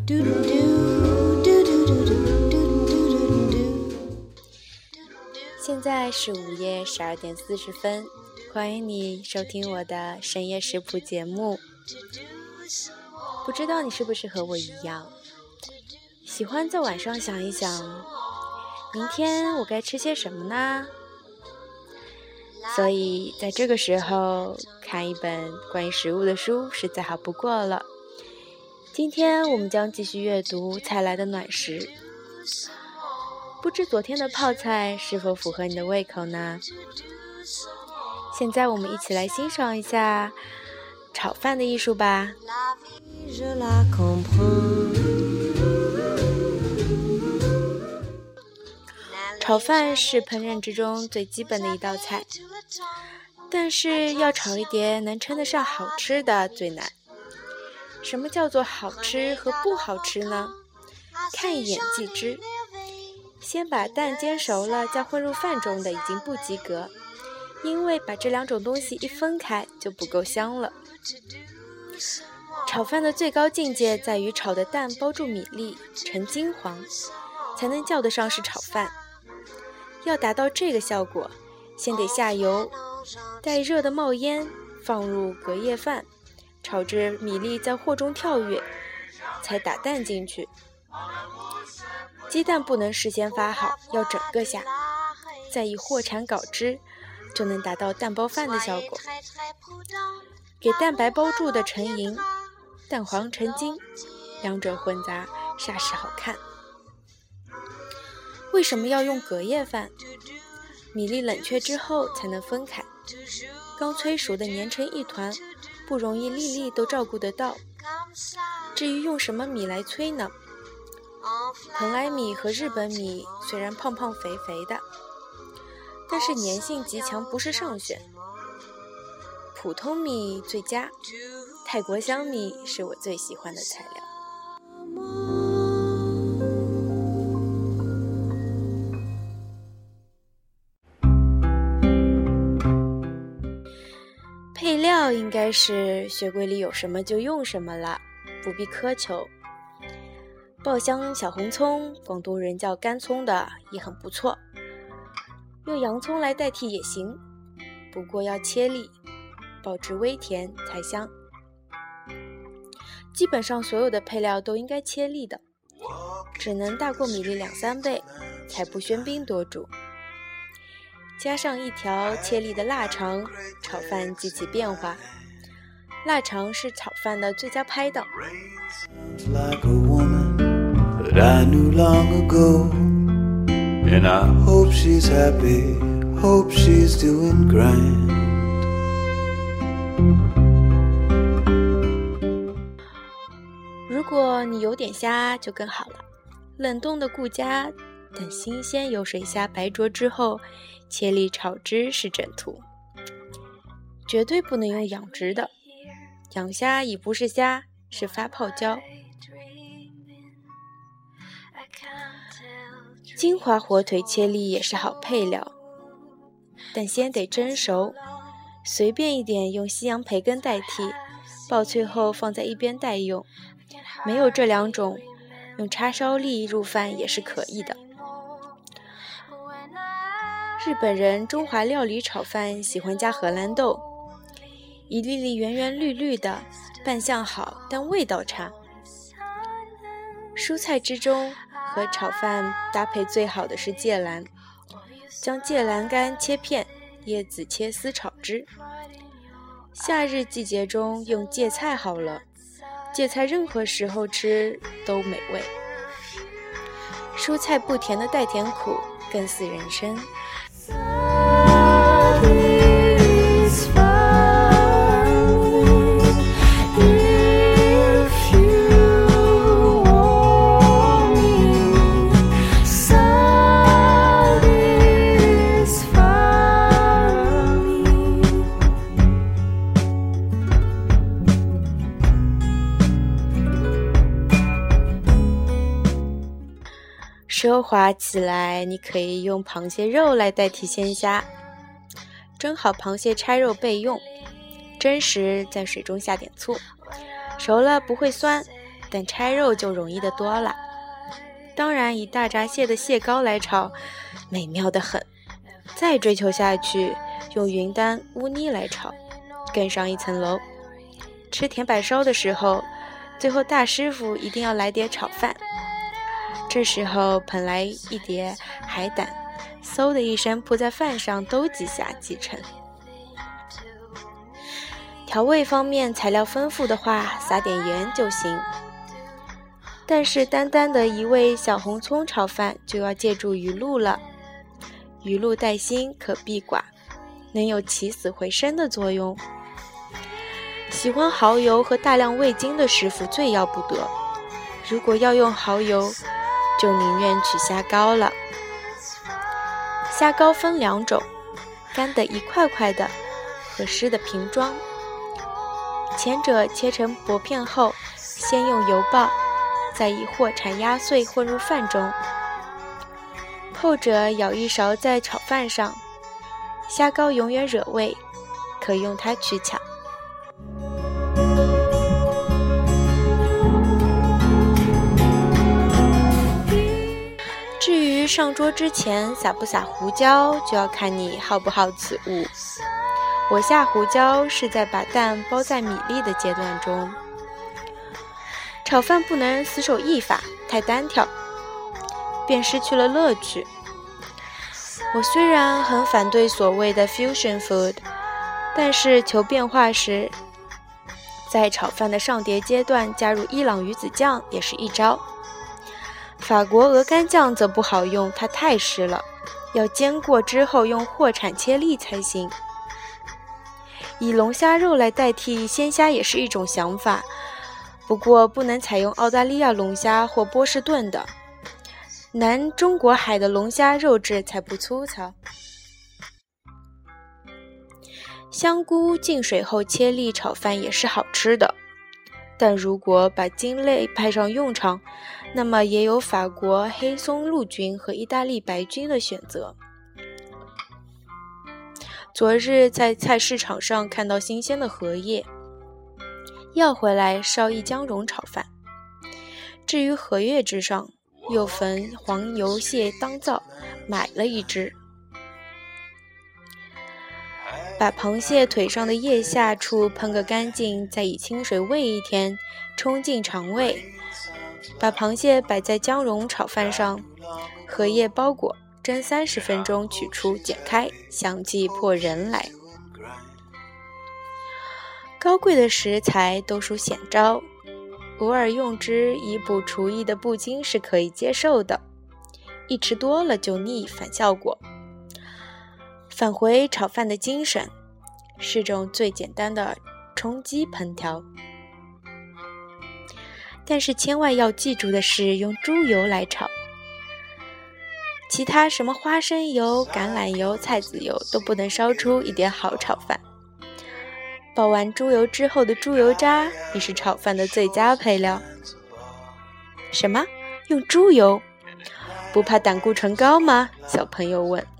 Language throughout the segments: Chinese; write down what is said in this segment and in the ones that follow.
现在是午夜12点40分，欢迎你收听我的深夜食谱节目。不知道你是不是和我一样，喜欢在晚上想一想，明天我该吃些什么呢？所以在这个时候看一本关于食物的书是再好不过了。今天我们将继续阅读菜来的暖食。不知昨天的泡菜是否符合你的胃口呢？现在我们一起来欣赏一下炒饭的艺术吧。炒饭是烹饪之中最基本的一道菜，但是要炒一碟能称得上好吃的最难。什么叫做好吃和不好吃呢？看一眼即知。先把蛋煎熟了再混入饭中的已经不及格，因为把这两种东西一分开就不够香了。炒饭的最高境界在于炒的蛋包住米粒呈金黄，才能叫得上是炒饭。要达到这个效果，先得下油，待热的冒烟，放入隔夜饭，炒至米粒在锅中跳跃，才打蛋进去。鸡蛋不能事先发好，要整个下，再以和铲搞汁，就能达到蛋包饭的效果。给蛋白包住的成银，蛋黄成金，两者混杂，煞是好看。为什么要用隔夜饭？米粒冷却之后才能分开，刚催熟的粘成一团，不容易粒粒都照顾得到。至于用什么米来催呢？蓬莱米和日本米虽然胖胖肥肥的，但是粘性极强，不是上选。普通米最佳，泰国香米是我最喜欢的材料。配料应该是雪柜里有什么就用什么了，不必苛求。爆香小红葱，广东人叫干葱的也很不错，用洋葱来代替也行，不过要切粒，爆至微甜才香。基本上所有的配料都应该切粒的，只能大过米粒2-3倍，才不喧宾夺主。加上一条切粒的腊肠，炒饭激起变化。腊肠是炒饭的最佳拍档。But I knew long ago, and I hope she's happy, hope she's doing grand. 如果你有点虾就更好了，冷冻的顾家，等新鲜有水虾白灼之后，切粒炒汁是整途。绝对不能用养殖的，养虾已不是虾，是发泡胶。金华火腿切粒也是好配料，但先得蒸熟，随便一点用西洋培根代替，爆脆后放在一边待用。没有这两种，用叉烧粒入饭也是可以的。日本人中华料理炒饭喜欢加荷兰豆，一粒粒圆圆绿绿的，扮相好，但味道差。蔬菜之中和炒饭搭配最好的是芥蓝，将芥蓝干切片，叶子切丝炒汁。夏日季节中用芥菜好了，芥菜任何时候吃都美味。蔬菜不甜的带甜苦，更似人生。奢华起来，你可以用螃蟹肉来代替鲜虾。蒸好螃蟹拆肉备用，蒸时在水中下点醋，熟了不会酸， 但拆肉就容易得多了。当然，以大闸蟹的蟹膏来炒，美妙得很。再追求下去，用云丹、乌泥来炒，更上一层楼。吃甜百烧的时候，最后大师傅一定要来碟炒饭。这时候捧来一碟海胆，嗖的一声扑在饭上，都几下即成。调味方面，材料丰富的话，撒点盐就行。但是单单的一味小红葱炒饭，就要借助鱼露了。鱼露带腥，可避寡，能有起死回生的作用。喜欢蚝油和大量味精的师傅最要不得。如果要用蚝油，就宁愿取虾膏了。虾膏分两种，干的一块块的和湿的瓶装。前者切成薄片后，先用油爆，再以火铲压碎混入饭中。后者舀一勺在炒饭上。虾膏永远惹味，可用它取巧。至于上桌之前撒不撒胡椒，就要看你好不好此物。我下胡椒是在把蛋包在米粒的阶段中。炒饭不能死守一法，太单调，便失去了乐趣。我虽然很反对所谓的 fusion food， 但是求变化时，在炒饭的上碟阶段加入伊朗鱼子酱也是一招。法国鹅肝酱则不好用，它太湿了，要煎过之后用货铲切粒才行。以龙虾肉来代替鲜虾也是一种想法，不过不能采用澳大利亚龙虾或波士顿的，南中国海的龙虾肉质才不粗糙。香菇浸水后切粒炒饭也是好吃的，但如果把茎类派上用场，那么也有法国黑松露菌和意大利白菌的选择。昨日在菜市场上看到新鲜的荷叶，要回来烧一姜蓉炒饭。至于荷叶之上，又焚黄油蟹当灶，买了一只。把螃蟹腿上的腋下处喷个干净，再以清水煨一天，冲进肠胃。把螃蟹摆在姜蓉炒饭上，荷叶包裹，蒸30分钟，取出剪开，香气迫人来。高贵的食材都属显招，偶尔用之以补厨艺的不精是可以接受的，一吃多了就腻，反效果。返回炒饭的精神，是种最简单的冲击烹调。但是千万要记住的是，用猪油来炒，其他什么花生油、橄榄油、菜籽油都不能烧出一点好炒饭。爆完猪油之后的猪油渣也是炒饭的最佳配料。什么？用猪油？不怕胆固醇高吗？小朋友问。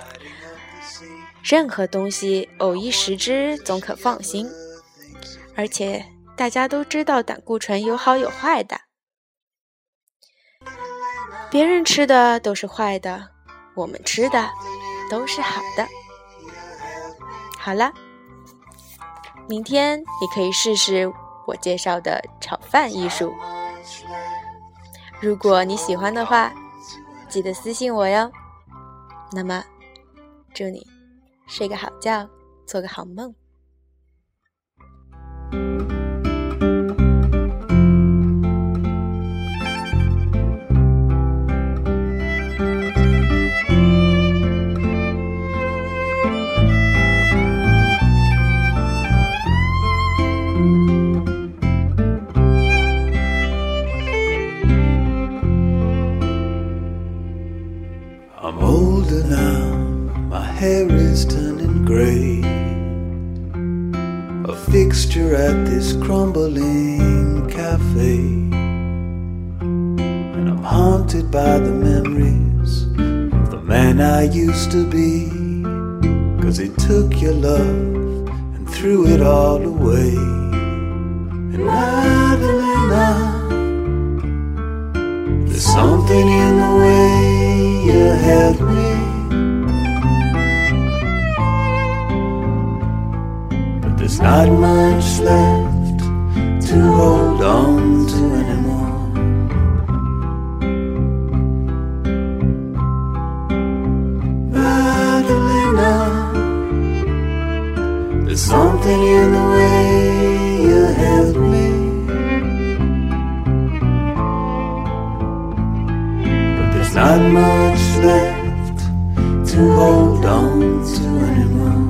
任何东西偶一食之，总可放心。而且大家都知道胆固醇有好有坏的，别人吃的都是坏的，我们吃的都是好的。好了，明天你可以试试我介绍的炒饭艺术。如果你喜欢的话，记得私信我哟。那么，祝你睡个好觉，做个好梦。 I'm older now, my hair is turning grey, a fixture at this crumbling cafe, and I'm haunted by the memories of the man I used to be, 'cause he took your love and threw it all away. And Adelina, There's something in the way you held me, but there's not much left to hold on to anymore.